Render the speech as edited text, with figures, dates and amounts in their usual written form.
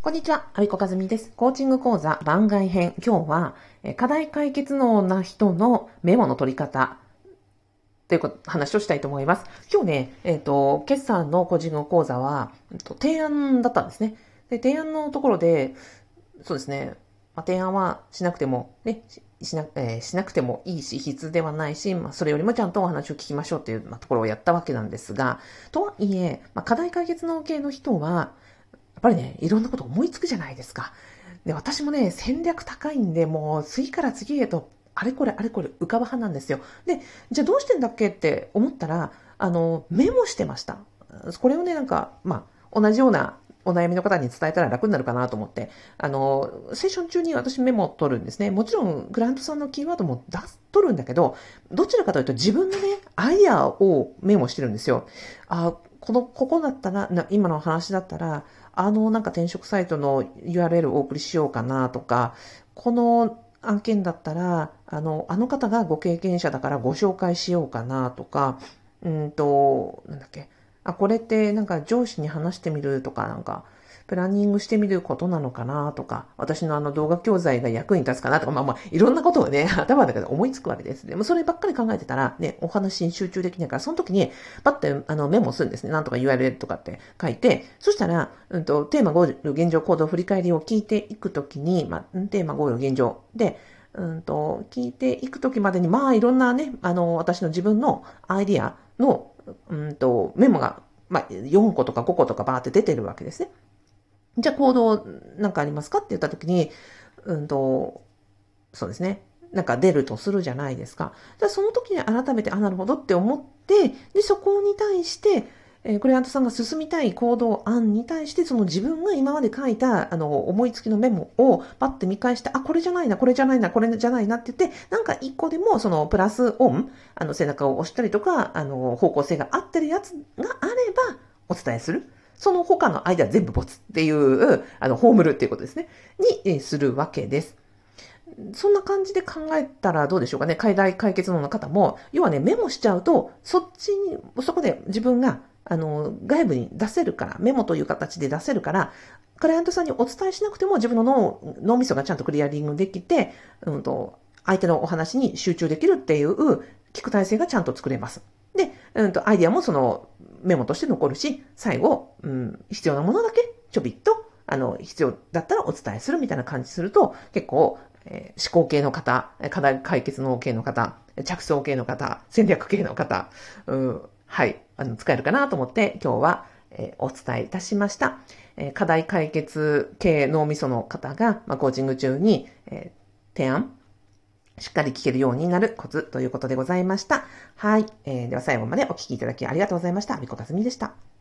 こんにちは、アビコカズミです。コーチング講座番外編。今日は、課題解決能な人のメモの取り方という話をしたいと思います。今日ね、決算のコーチング講座は、提案だったんですね。で、提案のところで、そうですね、提案はしなくても、ね、しなくてもいいし、必須ではないし、それよりもちゃんとお話を聞きましょうっていう、ところをやったわけなんですが、とはいえ、課題解決能系の人は、やっぱりね、いろんなこと思いつくじゃないですか。で、私もね、戦略高いんで、もう次から次へと、あれこれ浮かぶ派なんですよ。で、じゃあどうしてんだっけって思ったら、メモしてました。これをね、同じようなお悩みの方に伝えたら楽になるかなと思って、セッション中に私メモを取るんですね。もちろん、クライアントさんのキーワードも取るんだけど、どちらかというと自分のね、アイデアをメモしてるんですよ。ここだったら、今の話だったら、転職サイトの URL をお送りしようかなとか、この案件だったら、あの方がご経験者だからご紹介しようかなとか、これって上司に話してみるとか、プランニングしてみることなのかなとか、私の動画教材が役に立つかなとか、いろんなことをね、頭の中で思いつくわけです。でもそればっかり考えてたら、ね、お話に集中できないから、その時に、パッてメモするんですね。なんとか URL とかって書いて、そしたら、テーマ5現状行動振り返りを聞いていくときに、テーマ5現状で、聞いていくときまでに、いろんなね、私の自分のアイディアの、メモが、4個とか5個とかバーって出てるわけですね。じゃあ行動なんかありますかって言ったときに、そうですね。出るとするじゃないですか。じゃあその時に改めて、なるほどって思って、で、そこに対して、クライアントさんが進みたい行動案に対して、その自分が今まで書いた、思いつきのメモをパッて見返して、これじゃないな、これじゃないな、これじゃないなって言って、一個でも、プラスオン、背中を押したりとか、方向性が合ってるやつがあれば、お伝えする。その他のアイデア全部ボツっていう、葬るっていうことですね。に、するわけです。そんな感じで考えたらどうでしょうかね。課題解決の方も、要はね、メモしちゃうと、そこで自分が、外部に出せるから、メモという形で出せるから、クライアントさんにお伝えしなくても自分の脳みそがちゃんとクリアリングできて、相手のお話に集中できるっていう聞く体制がちゃんと作れます。で、アイディアもそのメモとして残るし、最後、必要なものだけちょびっと、必要だったらお伝えするみたいな感じすると、結構、思考系の方、課題解決の系の方、着想系の方、戦略系の方、はい、使えるかなと思って今日は、お伝えいたしました。課題解決系脳みその方が、コーチング中に、提案しっかり聞けるようになるコツということでございました。はい。では最後までお聞きいただきありがとうございました。アビコカズミでした。